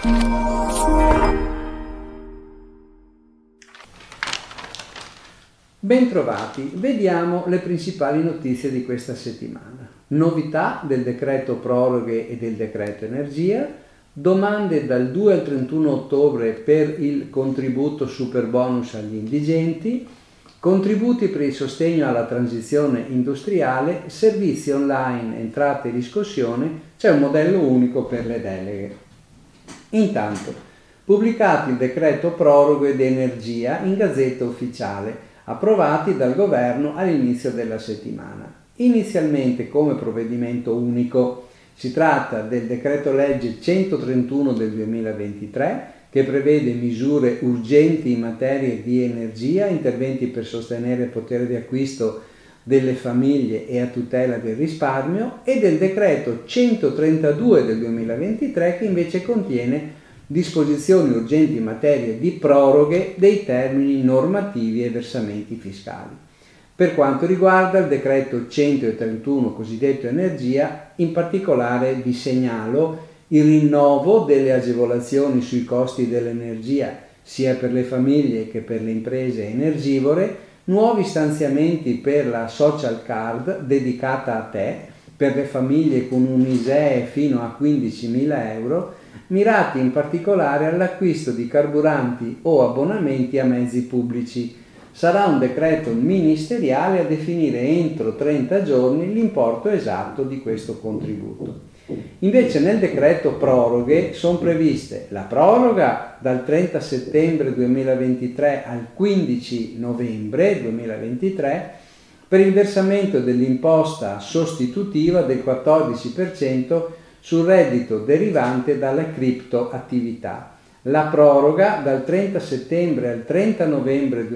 Bentrovati, vediamo le principali notizie di questa settimana. Novità del decreto proroghe e del decreto energia, domande dal 2 al 31 ottobre per il contributo superbonus agli indigenti, contributi per il sostegno alla transizione industriale, servizi online, entrate e riscossione, c'è un modello unico per le deleghe. Intanto, pubblicato il decreto proroghe ed energia in Gazzetta Ufficiale, approvati dal governo all'inizio della settimana. Inizialmente come provvedimento unico si tratta del decreto legge 131 del 2023 che prevede misure urgenti in materia di energia, interventi per sostenere il potere di acquisto delle famiglie e a tutela del risparmio, e del decreto 132 del 2023 che invece contiene disposizioni urgenti in materia di proroghe dei termini normativi e versamenti fiscali. Per quanto riguarda il decreto 131 cosiddetto energia, in particolare vi segnalo il rinnovo delle agevolazioni sui costi dell'energia sia per le famiglie che per le imprese energivore, nuovi stanziamenti per la social card dedicata a te per le famiglie con un ISEE fino a 15.000 euro, mirati in particolare all'acquisto di carburanti o abbonamenti a mezzi pubblici. Sarà un decreto ministeriale a definire entro 30 giorni l'importo esatto di questo contributo. Invece nel decreto proroghe sono previste la proroga dal 30 settembre 2023 al 15 novembre 2023 per il versamento dell'imposta sostitutiva del 14% sul reddito derivante dalle criptoattività. La proroga dal 30 settembre al 30 novembre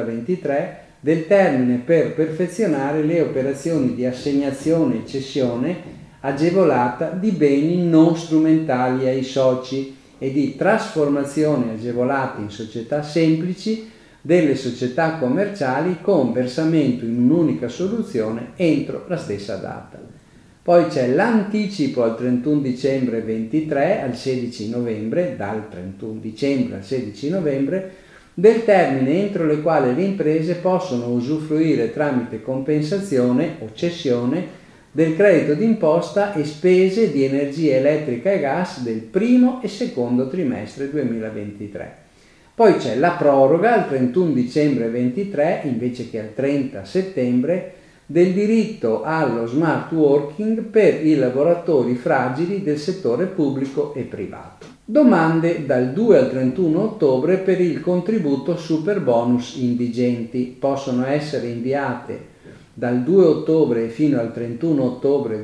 2023 del termine per perfezionare le operazioni di assegnazione e cessione agevolata di beni non strumentali ai soci e di trasformazione agevolata in società semplici delle società commerciali con versamento in un'unica soluzione entro la stessa data. Poi c'è l'anticipo al 31 dicembre 23 al 16 novembre, dal 31 dicembre al 16 novembre, del termine entro le quali le imprese possono usufruire tramite compensazione o cessione del credito d'imposta e spese di energia elettrica e gas del primo e secondo trimestre 2023. Poi c'è la proroga al 31 dicembre 23 invece che al 30 settembre del diritto allo smart working per i lavoratori fragili del settore pubblico e privato. Domande dal 2 al 31 ottobre per il contributo superbonus indigenti. Possono essere inviate dal 2 ottobre fino al 31 ottobre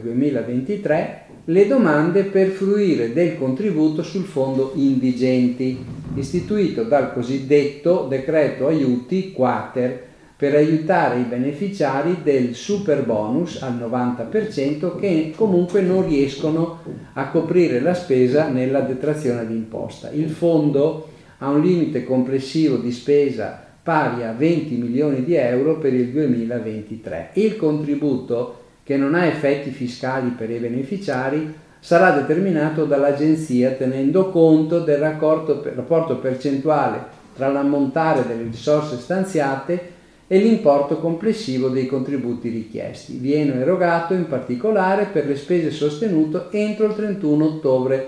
2023 le domande per fruire del contributo sul fondo indigenti, istituito dal cosiddetto decreto aiuti quater, per aiutare i beneficiari del superbonus al 90% che comunque non riescono a coprire la spesa nella detrazione d'imposta. Il fondo ha un limite complessivo di spesa pari a 20 milioni di euro per il 2023. Il contributo, che non ha effetti fiscali per i beneficiari, sarà determinato dall'Agenzia tenendo conto del rapporto percentuale tra l'ammontare delle risorse stanziate e l'importo complessivo dei contributi richiesti. Viene erogato in particolare per le spese sostenute entro il 31 ottobre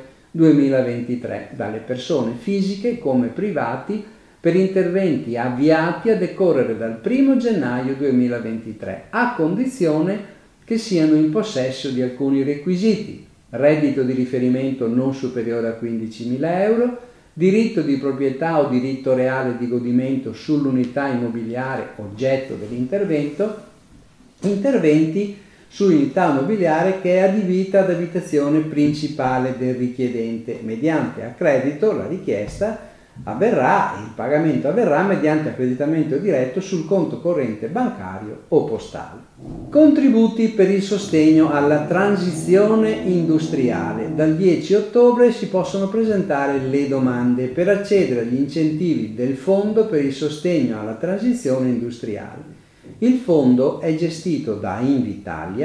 2023 dalle persone fisiche come privati per interventi avviati a decorrere dal 1 gennaio 2023, a condizione che siano in possesso di alcuni requisiti: reddito di riferimento non superiore a 15.000 euro, diritto di proprietà o diritto reale di godimento sull'unità immobiliare oggetto dell'intervento, interventi su unità immobiliare che è adibita ad abitazione principale del richiedente. Mediante accredito la richiesta avverrà, il pagamento avverrà mediante accreditamento diretto sul conto corrente bancario o postale. Contributi per il sostegno alla transizione industriale. Dal 10 ottobre si possono presentare le domande per accedere agli incentivi del Fondo per il sostegno alla transizione industriale. Il fondo è gestito da Invitalia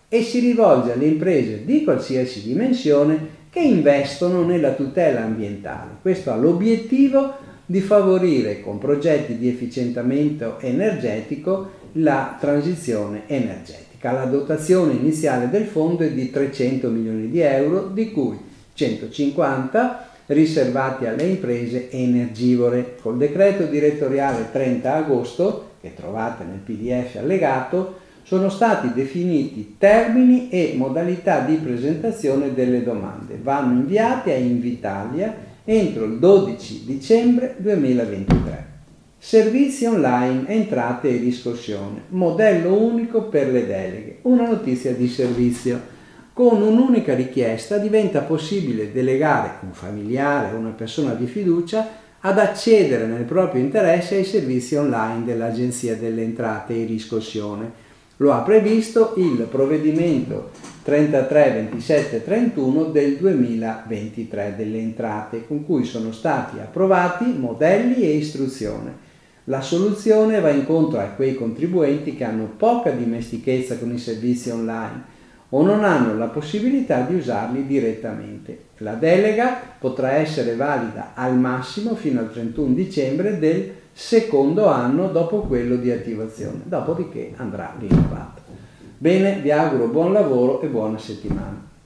e si rivolge alle imprese di qualsiasi dimensione che investono nella tutela ambientale. Questo ha l'obiettivo di favorire con progetti di efficientamento energetico la transizione energetica. La dotazione iniziale del fondo è di 300 milioni di euro, di cui 150 riservati alle imprese energivore. Col decreto direttoriale 30 agosto, che trovate nel PDF allegato, sono stati definiti termini e modalità di presentazione delle domande. Vanno inviati a Invitalia entro il 12 dicembre 2023. Servizi online, entrate e riscossione, modello unico per le deleghe. Una notizia di servizio. Con un'unica richiesta diventa possibile delegare un familiare o una persona di fiducia ad accedere nel proprio interesse ai servizi online dell'Agenzia delle Entrate e Riscossione. Lo ha previsto il provvedimento 33 27 31 del 2023 delle entrate, con cui sono stati approvati modelli e istruzione. La soluzione va incontro a quei contribuenti che hanno poca dimestichezza con i servizi online o non hanno la possibilità di usarli direttamente. La delega potrà essere valida al massimo fino al 31 dicembre del secondo anno dopo quello di attivazione, dopodiché andrà rinnovata. Bene, vi auguro buon lavoro e buona settimana.